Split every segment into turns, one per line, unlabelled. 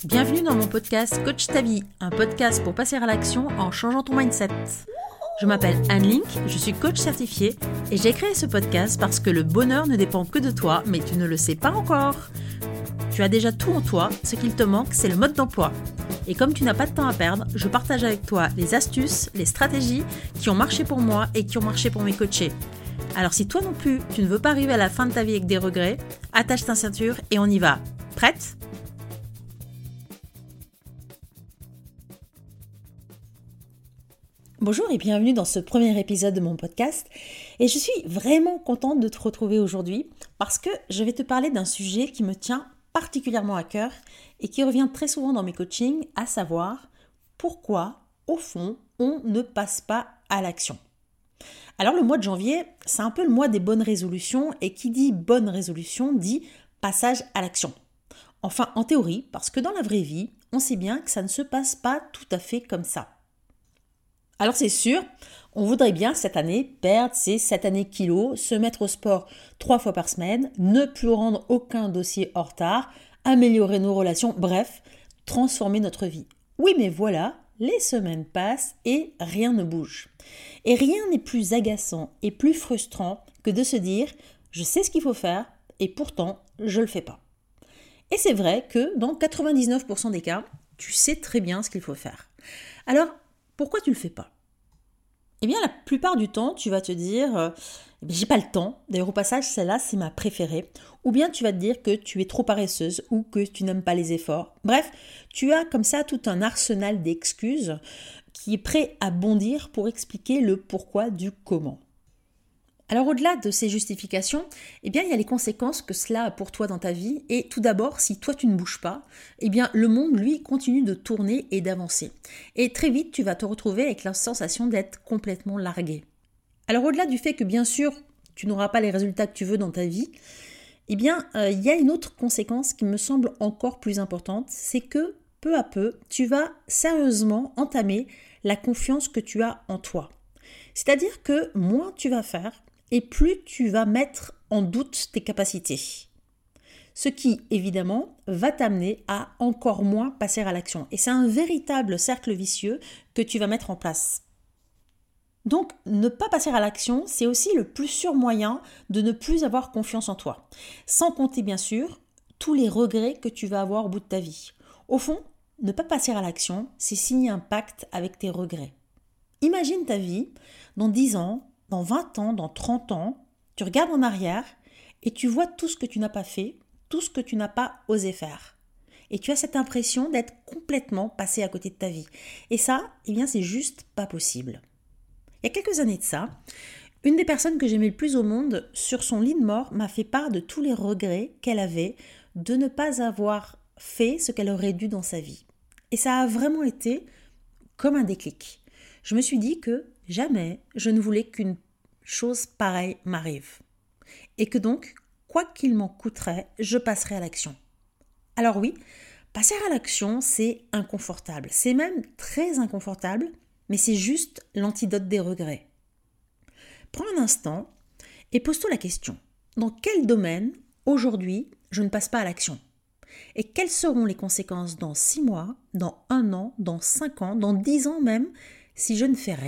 Bienvenue dans mon podcast Coach ta vie, un podcast pour passer à l'action en changeant ton mindset. Je m'appelle Anne Link, je suis coach certifiée et j'ai créé ce podcast parce que le bonheur ne dépend que de toi, mais tu ne le sais pas encore. Tu as déjà tout en toi, ce qu'il te manque, c'est le mode d'emploi. Et comme tu n'as pas de temps à perdre, je partage avec toi les astuces, les stratégies qui ont marché pour moi et qui ont marché pour mes coachés. Alors si toi non plus, tu ne veux pas arriver à la fin de ta vie avec des regrets, attache ta ceinture et on y va. Prête ? Bonjour et bienvenue dans ce premier épisode de mon podcast. Et je suis vraiment contente de te retrouver aujourd'hui parce que je vais te parler d'un sujet qui me tient particulièrement à cœur et qui revient très souvent dans mes coachings, à savoir pourquoi, au fond, on ne passe pas à l'action. Alors le mois de janvier, c'est un peu le mois des bonnes résolutions et qui dit bonne résolution dit passage à l'action. Enfin en théorie, parce que dans la vraie vie, on sait bien que ça ne se passe pas tout à fait comme ça. Alors c'est sûr, on voudrait bien cette année perdre ses 7 années kilos, se mettre au sport 3 fois par semaine, ne plus rendre aucun dossier en retard, améliorer nos relations, bref, transformer notre vie. Oui mais voilà, les semaines passent et rien ne bouge. Et rien n'est plus agaçant et plus frustrant que de se dire « je sais ce qu'il faut faire et pourtant je ne le fais pas ». Et c'est vrai que dans 99% des cas, tu sais très bien ce qu'il faut faire. Alors, pourquoi tu ne le fais pas ? Eh bien, la plupart du temps, tu vas te dire j'ai pas le temps. D'ailleurs, au passage, celle-là, c'est ma préférée. Ou bien tu vas te dire que tu es trop paresseuse ou que tu n'aimes pas les efforts. Bref, tu as comme ça tout un arsenal d'excuses qui est prêt à bondir pour expliquer le pourquoi du comment. Alors au-delà de ces justifications, eh bien il y a les conséquences que cela a pour toi dans ta vie. Et tout d'abord, si toi tu ne bouges pas, eh bien le monde lui continue de tourner et d'avancer. Et très vite, tu vas te retrouver avec la sensation d'être complètement largué. Alors au-delà du fait que bien sûr, tu n'auras pas les résultats que tu veux dans ta vie, eh bien il y a une autre conséquence qui me semble encore plus importante, c'est que peu à peu, tu vas sérieusement entamer la confiance que tu as en toi. C'est-à-dire que moins tu vas faire, et plus tu vas mettre en doute tes capacités. Ce qui, évidemment, va t'amener à encore moins passer à l'action. Et c'est un véritable cercle vicieux que tu vas mettre en place. Donc, ne pas passer à l'action, c'est aussi le plus sûr moyen de ne plus avoir confiance en toi. Sans compter, bien sûr, tous les regrets que tu vas avoir au bout de ta vie. Au fond, ne pas passer à l'action, c'est signer un pacte avec tes regrets. Imagine ta vie dans 10 ans, dans 20 ans, dans 30 ans, tu regardes en arrière et tu vois tout ce que tu n'as pas fait, tout ce que tu n'as pas osé faire. Et tu as cette impression d'être complètement passé à côté de ta vie. Et ça, eh bien, c'est juste pas possible. Il y a quelques années de ça, une des personnes que j'aimais le plus au monde, sur son lit de mort, m'a fait part de tous les regrets qu'elle avait de ne pas avoir fait ce qu'elle aurait dû dans sa vie. Et ça a vraiment été comme un déclic. Je me suis dit que jamais je ne voulais qu'une chose pareille m'arrive. Et que donc, quoi qu'il m'en coûterait, je passerai à l'action. Alors oui, passer à l'action, c'est inconfortable. C'est même très inconfortable, mais c'est juste l'antidote des regrets. Prends un instant et pose-toi la question. Dans quel domaine, aujourd'hui, je ne passe pas à l'action ? Et quelles seront les conséquences dans 6 mois, dans 1 an, dans 5 ans, dans 10 ans même, si je ne fais rien ?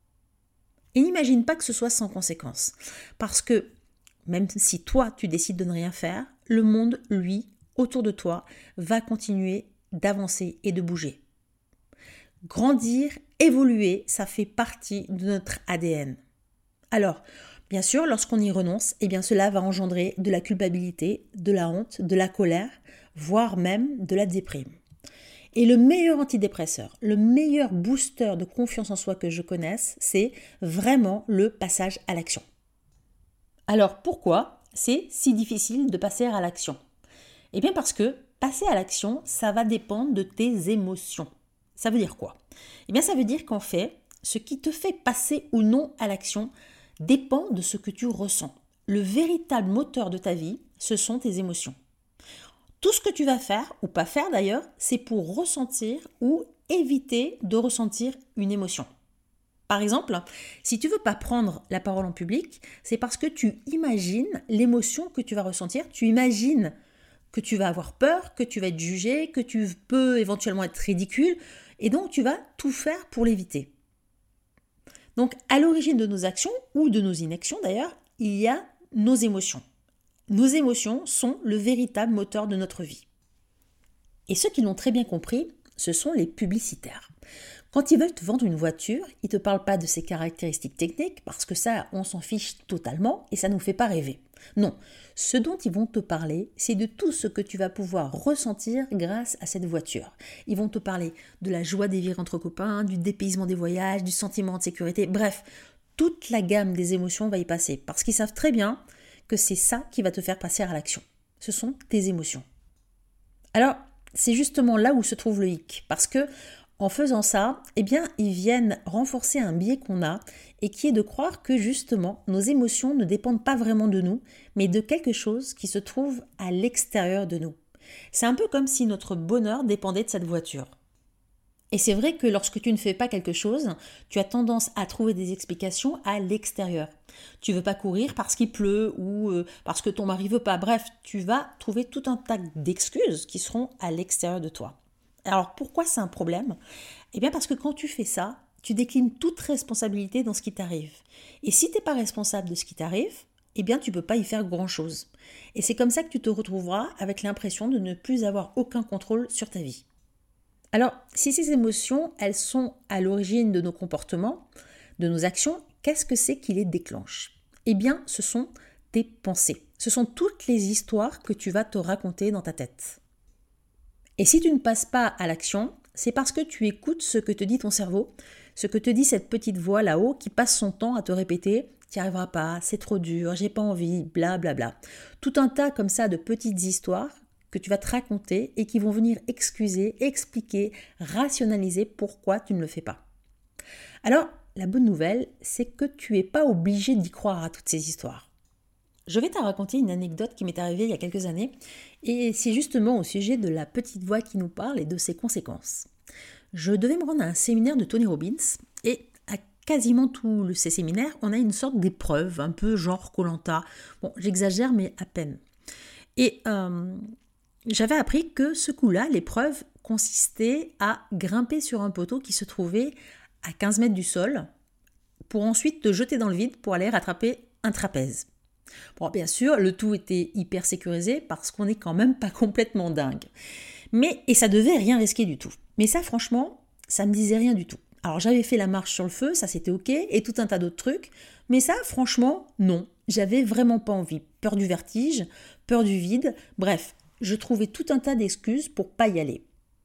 Et n'imagine pas que ce soit sans conséquence. Parce que même si toi, tu décides de ne rien faire, le monde, lui, autour de toi, va continuer d'avancer et de bouger. Grandir, évoluer, ça fait partie de notre ADN. Alors, bien sûr, lorsqu'on y renonce, eh bien cela va engendrer de la culpabilité, de la honte, de la colère, voire même de la déprime. Et le meilleur antidépresseur, le meilleur booster de confiance en soi que je connaisse, c'est vraiment le passage à l'action. Alors pourquoi c'est si difficile de passer à l'action ? Eh bien parce que passer à l'action, ça va dépendre de tes émotions. Ça veut dire quoi ? Eh bien ça veut dire qu'en fait, ce qui te fait passer ou non à l'action dépend de ce que tu ressens. Le véritable moteur de ta vie, ce sont tes émotions. Tout ce que tu vas faire, ou pas faire d'ailleurs, c'est pour ressentir ou éviter de ressentir une émotion. Par exemple, si tu ne veux pas prendre la parole en public, c'est parce que tu imagines l'émotion que tu vas ressentir, tu imagines que tu vas avoir peur, que tu vas être jugé, que tu peux éventuellement être ridicule, et donc tu vas tout faire pour l'éviter. Donc à l'origine de nos actions, ou de nos inactions d'ailleurs, il y a nos émotions. Nos émotions sont le véritable moteur de notre vie. Et ceux qui l'ont très bien compris, ce sont les publicitaires. Quand ils veulent te vendre une voiture, ils ne te parlent pas de ses caractéristiques techniques, parce que ça, on s'en fiche totalement et ça ne nous fait pas rêver. Non, ce dont ils vont te parler, c'est de tout ce que tu vas pouvoir ressentir grâce à cette voiture. Ils vont te parler de la joie des virées entre copains, du dépaysement des voyages, du sentiment de sécurité, bref, toute la gamme des émotions va y passer, parce qu'ils savent très bien que c'est ça qui va te faire passer à l'action. Ce sont tes émotions. Alors, c'est justement là où se trouve le hic, parce que en faisant ça, eh bien, ils viennent renforcer un biais qu'on a et qui est de croire que justement, nos émotions ne dépendent pas vraiment de nous, mais de quelque chose qui se trouve à l'extérieur de nous. C'est un peu comme si notre bonheur dépendait de cette voiture. Et c'est vrai que lorsque tu ne fais pas quelque chose, tu as tendance à trouver des explications à l'extérieur. Tu veux pas courir parce qu'il pleut ou parce que ton mari veut pas. Bref, tu vas trouver tout un tas d'excuses qui seront à l'extérieur de toi. Alors pourquoi c'est un problème ? Eh bien parce que quand tu fais ça, tu déclines toute responsabilité dans ce qui t'arrive. Et si tu n'es pas responsable de ce qui t'arrive, eh bien tu ne peux pas y faire grand-chose. Et c'est comme ça que tu te retrouveras avec l'impression de ne plus avoir aucun contrôle sur ta vie. Alors, si ces émotions, elles sont à l'origine de nos comportements, de nos actions, qu'est-ce que c'est qui les déclenche ? Eh bien, ce sont tes pensées. Ce sont toutes les histoires que tu vas te raconter dans ta tête. Et si tu ne passes pas à l'action, c'est parce que tu écoutes ce que te dit ton cerveau, ce que te dit cette petite voix là-haut qui passe son temps à te répéter « tu n'y arriveras pas, c'est trop dur, j'ai pas envie, blablabla ». Tout un tas comme ça de petites histoires que tu vas te raconter et qui vont venir excuser, expliquer, rationaliser pourquoi tu ne le fais pas. Alors, la bonne nouvelle, c'est que tu n'es pas obligé d'y croire à toutes ces histoires. Je vais te raconter une anecdote qui m'est arrivée il y a quelques années et c'est justement au sujet de la petite voix qui nous parle et de ses conséquences. Je devais me rendre à un séminaire de Tony Robbins et à quasiment tous ces séminaires, on a une sorte d'épreuve, un peu genre Koh-Lanta. Bon, j'exagère mais à peine. Et j'avais appris que ce coup-là, l'épreuve consistait à grimper sur un poteau qui se trouvait à 15 mètres du sol pour ensuite te jeter dans le vide pour aller rattraper un trapèze. Bon, bien sûr, le tout était hyper sécurisé parce qu'on n'est quand même pas complètement dingue. Et ça devait rien risquer du tout. Mais ça, franchement, ça me disait rien du tout. Alors, j'avais fait la marche sur le feu, ça c'était ok, et tout un tas d'autres trucs. Mais ça, franchement, non. J'avais vraiment pas envie. Peur du vertige, peur du vide, bref. Je trouvais tout un tas d'excuses pour pas y aller.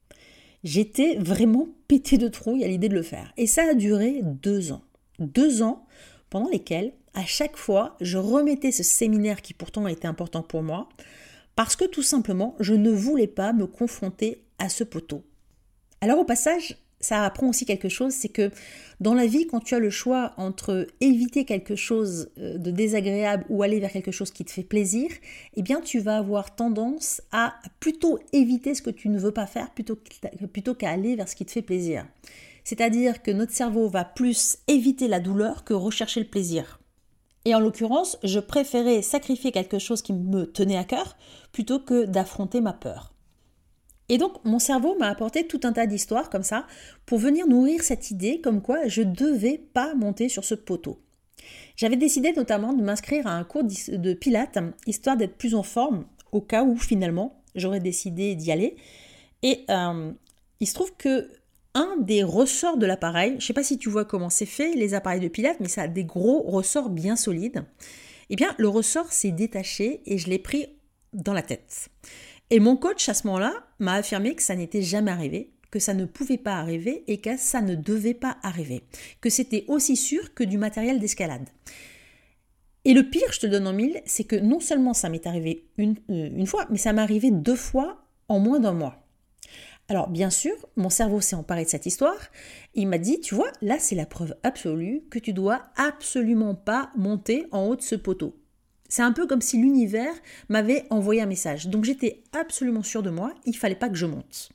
J'étais vraiment pétée de trouille à l'idée de le faire. Et ça a duré 2 ans. 2 ans pendant lesquels, à chaque fois, je remettais ce séminaire qui pourtant était important pour moi, parce que tout simplement, je ne voulais pas me confronter à ce poteau. Alors au passage, ça apprend aussi quelque chose, c'est que dans la vie, quand tu as le choix entre éviter quelque chose de désagréable ou aller vers quelque chose qui te fait plaisir, eh bien tu vas avoir tendance à plutôt éviter ce que tu ne veux pas faire plutôt qu'à aller vers ce qui te fait plaisir. C'est-à-dire que notre cerveau va plus éviter la douleur que rechercher le plaisir. Et en l'occurrence, je préférais sacrifier quelque chose qui me tenait à cœur plutôt que d'affronter ma peur. Et donc, mon cerveau m'a apporté tout un tas d'histoires comme ça pour venir nourrir cette idée comme quoi je ne devais pas monter sur ce poteau. J'avais décidé notamment de m'inscrire à un cours de pilates, histoire d'être plus en forme, au cas où finalement j'aurais décidé d'y aller. Et il se trouve que un des ressorts de l'appareil, je ne sais pas si tu vois comment c'est fait, les appareils de pilates, mais ça a des gros ressorts bien solides. Eh bien, le ressort s'est détaché et je l'ai pris dans la tête. Et mon coach, à ce moment-là, m'a affirmé que ça n'était jamais arrivé, que ça ne pouvait pas arriver et que ça ne devait pas arriver, que c'était aussi sûr que du matériel d'escalade. Et le pire, je te le donne en mille, c'est que non seulement ça m'est arrivé une fois, mais ça m'est arrivé 2 fois en moins d'1 mois. Alors bien sûr, mon cerveau s'est emparé de cette histoire, il m'a dit, tu vois, là c'est la preuve absolue que tu dois absolument pas monter en haut de ce poteau. C'est un peu comme si l'univers m'avait envoyé un message. Donc j'étais absolument sûre de moi, il ne fallait pas que je monte.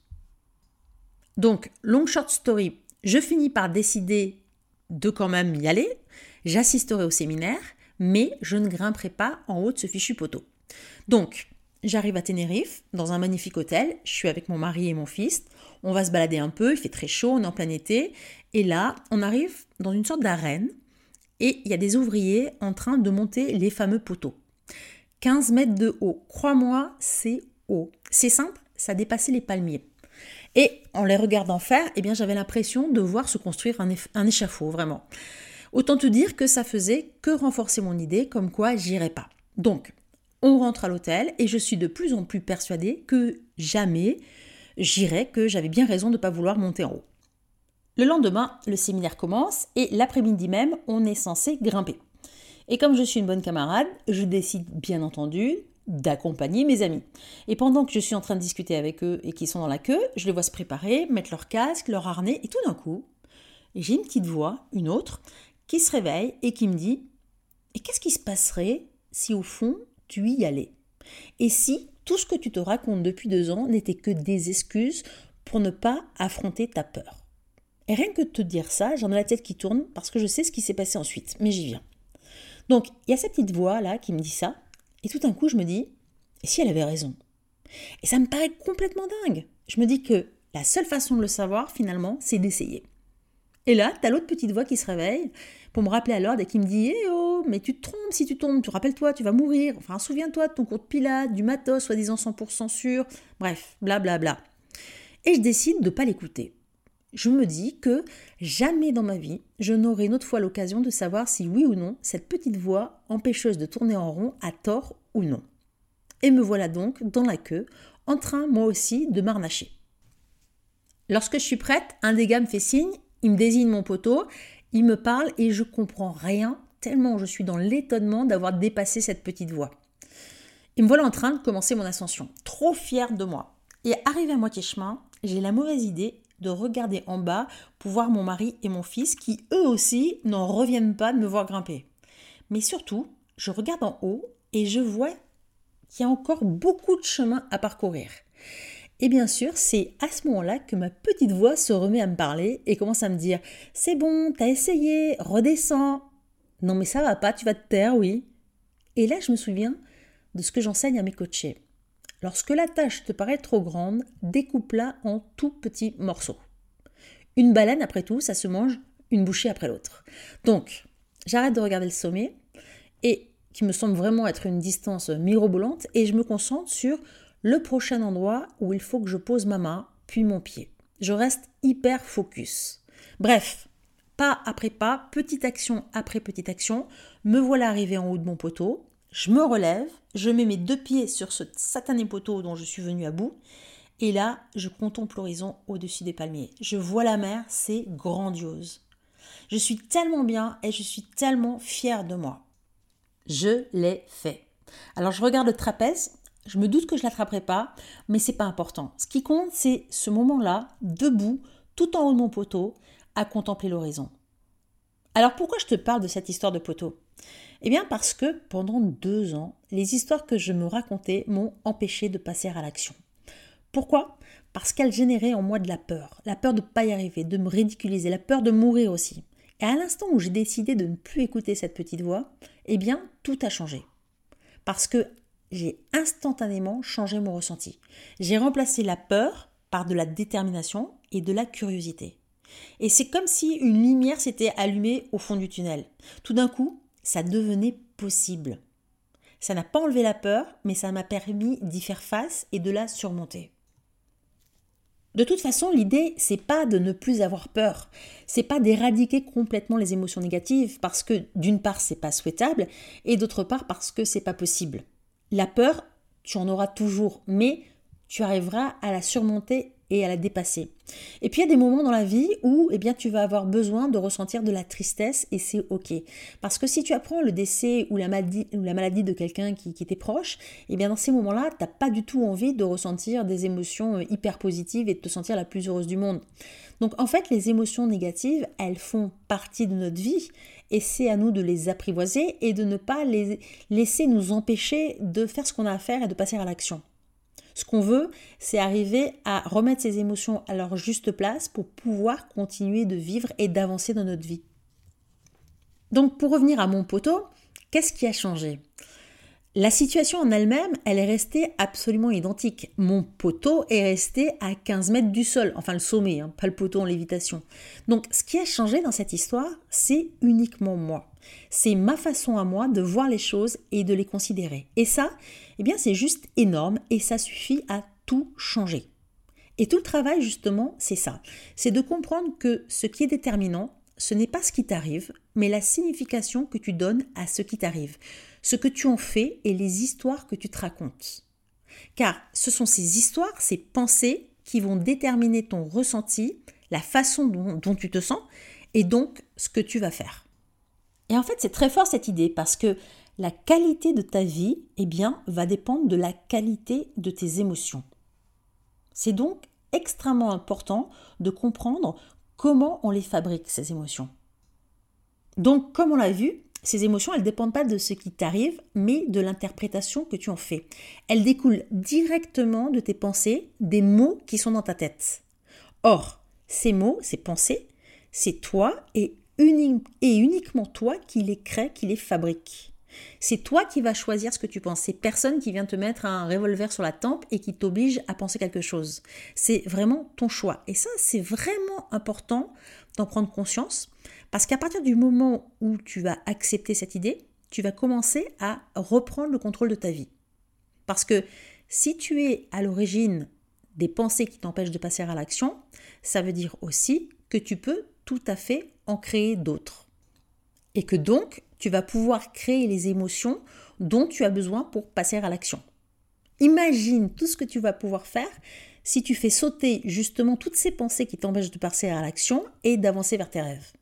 Donc, long short story, je finis par décider de quand même y aller. J'assisterai au séminaire, mais je ne grimperai pas en haut de ce fichu poteau. Donc, j'arrive à Tenerife, dans un magnifique hôtel. Je suis avec mon mari et mon fils. On va se balader un peu, il fait très chaud, on est en plein été. Et là, on arrive dans une sorte d'arène et il y a des ouvriers en train de monter les fameux poteaux. 15 mètres de haut. Crois-moi, c'est haut. C'est simple, ça dépassait les palmiers. Et en les regardant faire, eh bien, j'avais l'impression de voir se construire un échafaud, vraiment. Autant te dire que ça faisait que renforcer mon idée, comme quoi j'irais pas. Donc, on rentre à l'hôtel et je suis de plus en plus persuadée que jamais j'irais, que j'avais bien raison de ne pas vouloir monter en haut. Le lendemain, le séminaire commence et l'après-midi même, on est censé grimper. Et comme je suis une bonne camarade, je décide bien entendu d'accompagner mes amis. Et pendant que je suis en train de discuter avec eux et qu'ils sont dans la queue, je les vois se préparer, mettre leur casque, leur harnais, et tout d'un coup, j'ai une petite voix, une autre, qui se réveille et qui me dit « Et qu'est-ce qui se passerait si au fond, tu y allais ? Et si tout ce que tu te racontes depuis 2 ans n'était que des excuses pour ne pas affronter ta peur ?» Et rien que de te dire ça, j'en ai la tête qui tourne parce que je sais ce qui s'est passé ensuite, mais j'y viens. Donc, il y a cette petite voix là qui me dit ça, et tout d'un coup, je me dis, et si elle avait raison ? Et ça me paraît complètement dingue. Je me dis que la seule façon de le savoir, finalement, c'est d'essayer. Et là, t'as l'autre petite voix qui se réveille pour me rappeler à l'ordre et qui me dit « Eh oh, mais tu te trompes si tu tombes, tu rappelles-toi, tu vas mourir. Enfin, souviens-toi de ton cours de pilates, du matos, soi-disant 100% sûr. Bref, blablabla. » Et je décide de ne pas l'écouter. Je me dis que jamais dans ma vie, je n'aurai une autre fois l'occasion de savoir si oui ou non, cette petite voix empêcheuse de tourner en rond a tort ou non. Et me voilà donc dans la queue, en train moi aussi de m'arnacher. Lorsque je suis prête, un des gars me fait signe, il me désigne mon poteau, il me parle et je comprends rien, tellement je suis dans l'étonnement d'avoir dépassé cette petite voix. Et me voilà en train de commencer mon ascension, trop fière de moi. Et arrivé à moitié chemin, j'ai la mauvaise idée de regarder en bas pour voir mon mari et mon fils qui, eux aussi, n'en reviennent pas de me voir grimper. Mais surtout, je regarde en haut et je vois qu'il y a encore beaucoup de chemin à parcourir. Et bien sûr, c'est à ce moment-là que ma petite voix se remet à me parler et commence à me dire « C'est bon, t'as essayé, redescends. Non mais ça va pas, tu vas te taire, oui. » Et là, je me souviens de ce que j'enseigne à mes coachés. Lorsque la tâche te paraît trop grande, découpe-la en tout petits morceaux. Une baleine, après tout, ça se mange une bouchée après l'autre. Donc, j'arrête de regarder le sommet, et qui me semble vraiment être une distance mirobolante, et je me concentre sur le prochain endroit où il faut que je pose ma main, puis mon pied. Je reste hyper focus. Bref, pas après pas, petite action après petite action, me voilà arrivé en haut de mon poteau. Je me relève, je mets mes 2 pieds sur ce satané poteau dont je suis venue à bout. Et là, je contemple l'horizon au-dessus des palmiers. Je vois la mer, c'est grandiose. Je suis tellement bien et je suis tellement fière de moi. Je l'ai fait. Alors je regarde le trapèze, je me doute que je ne l'attraperai pas, mais c'est pas important. Ce qui compte, c'est ce moment-là, debout, tout en haut de mon poteau, à contempler l'horizon. Alors pourquoi je te parle de cette histoire de poteau ? Eh bien parce que pendant 2 ans, les histoires que je me racontais m'ont empêché de passer à l'action. Pourquoi ? Parce qu'elles généraient en moi de la peur de ne pas y arriver, de me ridiculiser, la peur de mourir aussi. Et à l'instant où j'ai décidé de ne plus écouter cette petite voix, eh bien tout a changé. Parce que j'ai instantanément changé mon ressenti. J'ai remplacé la peur par de la détermination et de la curiosité. Et c'est comme si une lumière s'était allumée au fond du tunnel. Tout d'un coup, ça devenait possible. Ça n'a pas enlevé la peur, mais ça m'a permis d'y faire face et de la surmonter. De toute façon, l'idée, c'est pas de ne plus avoir peur. C'est pas d'éradiquer complètement les émotions négatives parce que d'une part, c'est pas souhaitable et d'autre part parce que c'est pas possible. La peur, tu en auras toujours, mais tu arriveras à la surmonter et à la dépasser. Et puis il y a des moments dans la vie où tu vas avoir besoin de ressentir de la tristesse et c'est ok. Parce que si tu apprends le décès ou la maladie de quelqu'un qui t'est proche, dans ces moments-là, tu n'as pas du tout envie de ressentir des émotions hyper positives et de te sentir la plus heureuse du monde. Donc en fait, les émotions négatives, elles font partie de notre vie et c'est à nous de les apprivoiser et de ne pas les laisser nous empêcher de faire ce qu'on a à faire et de passer à l'action. Ce qu'on veut, c'est arriver à remettre ces émotions à leur juste place pour pouvoir continuer de vivre et d'avancer dans notre vie. Donc pour revenir à mon poteau, qu'est-ce qui a changé ? La situation en elle-même, elle est restée absolument identique. Mon poteau est resté à 15 mètres du sol, enfin le sommet, pas le poteau en lévitation. Donc ce qui a changé dans cette histoire, c'est uniquement moi. C'est ma façon à moi de voir les choses et de les considérer. Et ça, c'est juste énorme et ça suffit à tout changer. Et tout le travail, justement, c'est ça. C'est de comprendre que ce qui est déterminant, ce n'est pas ce qui t'arrive, mais la signification que tu donnes à ce qui t'arrive, ce que tu en fais et les histoires que tu te racontes. Car ce sont ces histoires, ces pensées qui vont déterminer ton ressenti, la façon dont tu te sens et donc ce que tu vas faire. Et en fait, c'est très fort cette idée parce que la qualité de ta vie, va dépendre de la qualité de tes émotions. C'est donc extrêmement important de comprendre comment on les fabrique, ces émotions. Donc, comme on l'a vu, ces émotions, elles ne dépendent pas de ce qui t'arrive, mais de l'interprétation que tu en fais. Elles découlent directement de tes pensées, des mots qui sont dans ta tête. Or, ces mots, ces pensées, c'est toi et uniquement toi qui les crée, qui les fabrique. C'est toi qui vas choisir ce que tu penses. C'est personne qui vient te mettre un revolver sur la tempe et qui t'oblige à penser quelque chose. C'est vraiment ton choix. Et ça, c'est vraiment important d'en prendre conscience parce qu'à partir du moment où tu vas accepter cette idée, tu vas commencer à reprendre le contrôle de ta vie. Parce que si tu es à l'origine des pensées qui t'empêchent de passer à l'action, ça veut dire aussi que tu peux tout à fait en créer d'autres. Et que donc, tu vas pouvoir créer les émotions dont tu as besoin pour passer à l'action. Imagine tout ce que tu vas pouvoir faire si tu fais sauter justement toutes ces pensées qui t'empêchent de passer à l'action et d'avancer vers tes rêves.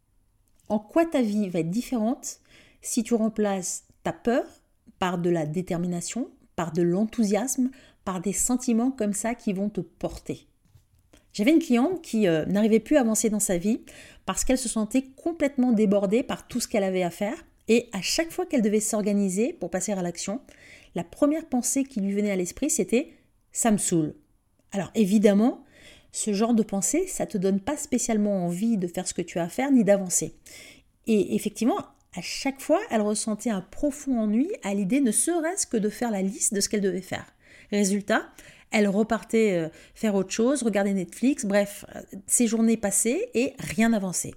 En quoi ta vie va être différente si tu remplaces ta peur par de la détermination, par de l'enthousiasme, par des sentiments comme ça qui vont te porter. J'avais une cliente qui n'arrivait plus à avancer dans sa vie parce qu'elle se sentait complètement débordée par tout ce qu'elle avait à faire et à chaque fois qu'elle devait s'organiser pour passer à l'action, la première pensée qui lui venait à l'esprit c'était « ça me saoule ». Alors évidemment, ce genre de pensée, ça ne te donne pas spécialement envie de faire ce que tu as à faire ni d'avancer. Et effectivement, à chaque fois, elle ressentait un profond ennui à l'idée ne serait-ce que de faire la liste de ce qu'elle devait faire. Résultat, elle repartait faire autre chose, regarder Netflix, bref, ses journées passaient et rien n'avançait.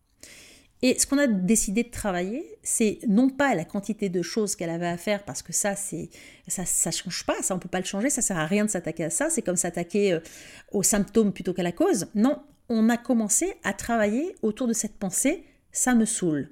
Et ce qu'on a décidé de travailler, c'est non pas la quantité de choses qu'elle avait à faire, parce que ça change pas, ça on peut pas le changer, ça sert à rien de s'attaquer à ça, c'est comme s'attaquer aux symptômes plutôt qu'à la cause. Non, on a commencé à travailler autour de cette pensée, ça me saoule.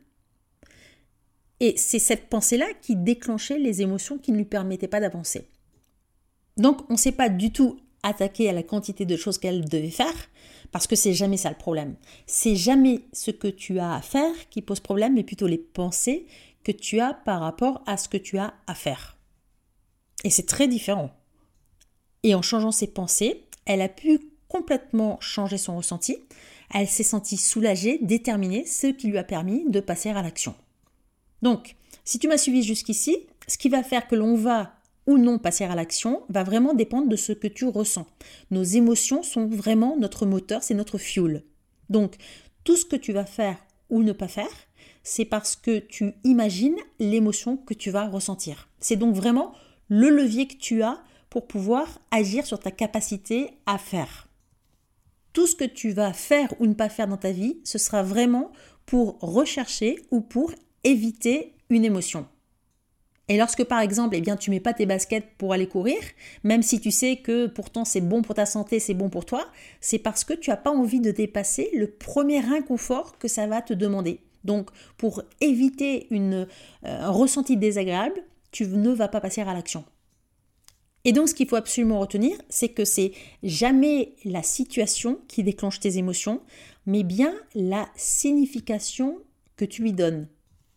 Et c'est cette pensée-là qui déclenchait les émotions qui ne lui permettaient pas d'avancer. Donc, on ne s'est pas du tout attaqué à la quantité de choses qu'elle devait faire, parce que c'est jamais ça le problème. C'est jamais ce que tu as à faire qui pose problème, mais plutôt les pensées que tu as par rapport à ce que tu as à faire. Et c'est très différent. Et en changeant ses pensées, elle a pu complètement changer son ressenti. Elle s'est sentie soulagée, déterminée, ce qui lui a permis de passer à l'action. Donc, si tu m'as suivi jusqu'ici, ce qui va faire que l'on va ou non passer à l'action va vraiment dépendre de ce que tu ressens. Nos émotions sont vraiment notre moteur, c'est notre fuel. Donc, tout ce que tu vas faire ou ne pas faire, c'est parce que tu imagines l'émotion que tu vas ressentir. C'est donc vraiment le levier que tu as pour pouvoir agir sur ta capacité à faire. Tout ce que tu vas faire ou ne pas faire dans ta vie, ce sera vraiment pour rechercher ou pour éviter une émotion. Et lorsque par exemple, tu mets pas tes baskets pour aller courir, même si tu sais que pourtant c'est bon pour ta santé, c'est bon pour toi, c'est parce que tu n'as pas envie de dépasser le premier inconfort que ça va te demander. Donc, pour éviter un ressenti désagréable, tu ne vas pas passer à l'action. Et donc, ce qu'il faut absolument retenir, c'est que c'est jamais la situation qui déclenche tes émotions, mais bien la signification que tu lui donnes.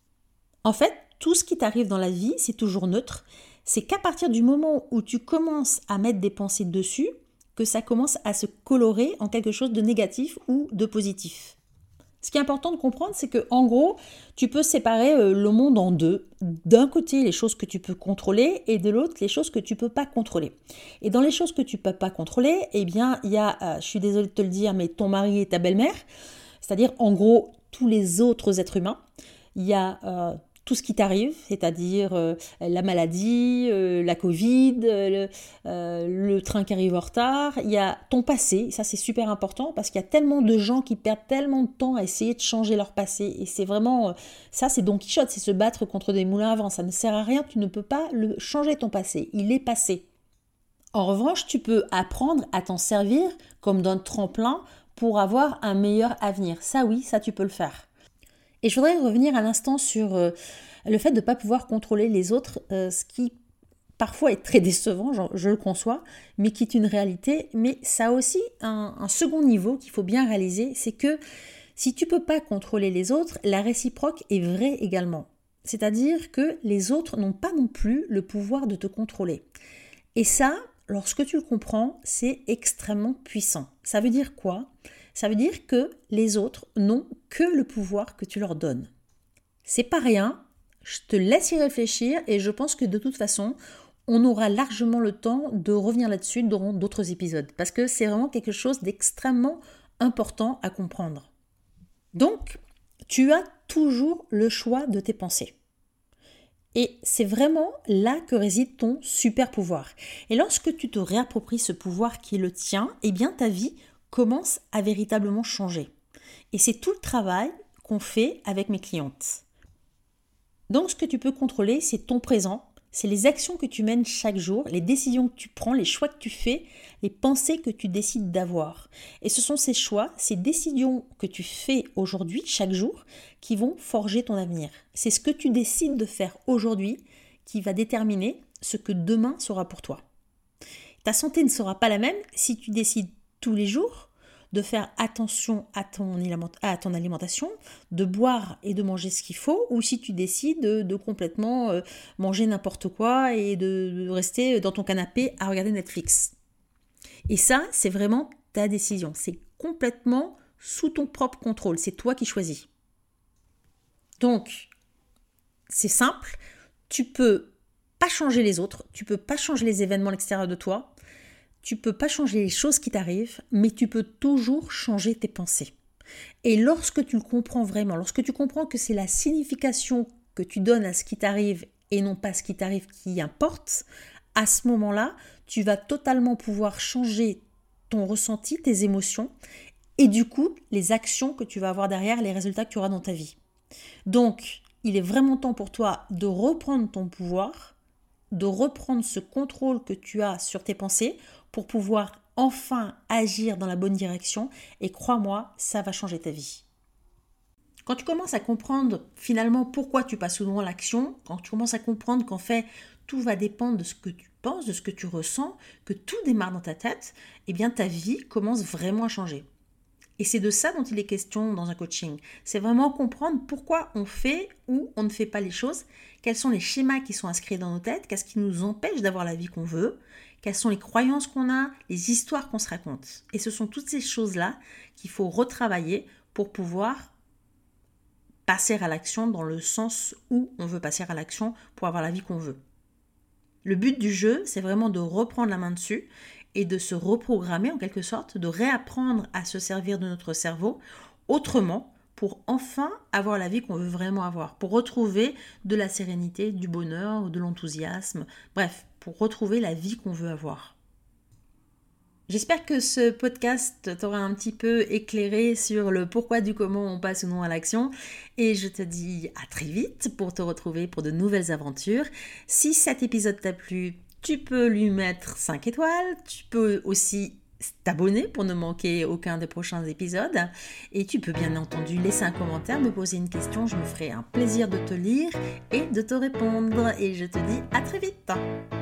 En fait, tout ce qui t'arrive dans la vie, c'est toujours neutre. C'est qu'à partir du moment où tu commences à mettre des pensées dessus, que ça commence à se colorer en quelque chose de négatif ou de positif. Ce qui est important de comprendre, c'est que en gros, tu peux séparer le monde en deux. D'un côté, les choses que tu peux contrôler et de l'autre, les choses que tu ne peux pas contrôler. Et dans les choses que tu ne peux pas contrôler, il y a, je suis désolée de te le dire, mais ton mari et ta belle-mère, c'est-à-dire en gros tous les autres êtres humains. Il y a tout ce qui t'arrive, c'est-à-dire la maladie, la Covid, le train qui arrive en retard. Il y a ton passé, ça c'est super important parce qu'il y a tellement de gens qui perdent tellement de temps à essayer de changer leur passé. Et c'est vraiment, ça c'est Don Quichotte, c'est se battre contre des moulins à vent. Ça ne sert à rien, tu ne peux pas changer ton passé, il est passé. En revanche, tu peux apprendre à t'en servir comme d'un tremplin pour avoir un meilleur avenir. Ça oui, ça tu peux le faire. Et je voudrais revenir à l'instant sur le fait de ne pas pouvoir contrôler les autres, ce qui parfois est très décevant, je le conçois, mais qui est une réalité. Mais ça a aussi un second niveau qu'il faut bien réaliser, c'est que si tu ne peux pas contrôler les autres, la réciproque est vraie également. C'est-à-dire que les autres n'ont pas non plus le pouvoir de te contrôler. Et ça, lorsque tu le comprends, c'est extrêmement puissant. Ça veut dire quoi ? Ça veut dire que les autres n'ont que le pouvoir que tu leur donnes. C'est pas rien, je te laisse y réfléchir et je pense que de toute façon, on aura largement le temps de revenir là-dessus dans d'autres épisodes parce que c'est vraiment quelque chose d'extrêmement important à comprendre. Donc, tu as toujours le choix de tes pensées. Et c'est vraiment là que réside ton super pouvoir. Et lorsque tu te réappropries ce pouvoir qui est le tien, eh bien ta vie commence à véritablement changer. Et c'est tout le travail qu'on fait avec mes clientes. Donc ce que tu peux contrôler, c'est ton présent, c'est les actions que tu mènes chaque jour, les décisions que tu prends, les choix que tu fais, les pensées que tu décides d'avoir. Et ce sont ces choix, ces décisions que tu fais aujourd'hui, chaque jour, qui vont forger ton avenir. C'est ce que tu décides de faire aujourd'hui qui va déterminer ce que demain sera pour toi. Ta santé ne sera pas la même si tu décides tous les jours de faire attention à ton alimentation, de boire et de manger ce qu'il faut, ou si tu décides de complètement manger n'importe quoi et de rester dans ton canapé à regarder Netflix. Et ça, c'est vraiment ta décision. C'est complètement sous ton propre contrôle. C'est toi qui choisis. Donc, c'est simple. Tu peux pas changer les autres. Tu peux pas changer les événements à l'extérieur de toi. Tu peux pas changer les choses qui t'arrivent, mais tu peux toujours changer tes pensées. Et lorsque tu le comprends vraiment, lorsque tu comprends que c'est la signification que tu donnes à ce qui t'arrive et non pas ce qui t'arrive qui importe, à ce moment-là, tu vas totalement pouvoir changer ton ressenti, tes émotions et du coup, les actions que tu vas avoir derrière, les résultats que tu auras dans ta vie. Donc, il est vraiment temps pour toi de reprendre ton pouvoir, de reprendre ce contrôle que tu as sur tes pensées pour pouvoir enfin agir dans la bonne direction et crois-moi, ça va changer ta vie. Quand tu commences à comprendre finalement pourquoi tu passes souvent à l'action, quand tu commences à comprendre qu'en fait tout va dépendre de ce que tu penses, de ce que tu ressens, que tout démarre dans ta tête, eh bien ta vie commence vraiment à changer. Et c'est de ça dont il est question dans un coaching. C'est vraiment comprendre pourquoi on fait ou on ne fait pas les choses, quels sont les schémas qui sont inscrits dans nos têtes, qu'est-ce qui nous empêche d'avoir la vie qu'on veut, quelles sont les croyances qu'on a, les histoires qu'on se raconte. Et ce sont toutes ces choses-là qu'il faut retravailler pour pouvoir passer à l'action dans le sens où on veut passer à l'action pour avoir la vie qu'on veut. Le but du jeu, c'est vraiment de reprendre la main dessus et de se reprogrammer en quelque sorte, de réapprendre à se servir de notre cerveau autrement pour enfin avoir la vie qu'on veut vraiment avoir, pour retrouver de la sérénité, du bonheur, de l'enthousiasme, bref, pour retrouver la vie qu'on veut avoir. J'espère que ce podcast t'aura un petit peu éclairé sur le pourquoi du comment on passe ou non à l'action et je te dis à très vite pour te retrouver pour de nouvelles aventures. Si cet épisode t'a plu, tu peux lui mettre 5 étoiles, tu peux aussi t'abonner pour ne manquer aucun des prochains épisodes et tu peux bien entendu laisser un commentaire, me poser une question, je me ferai un plaisir de te lire et de te répondre et je te dis à très vite.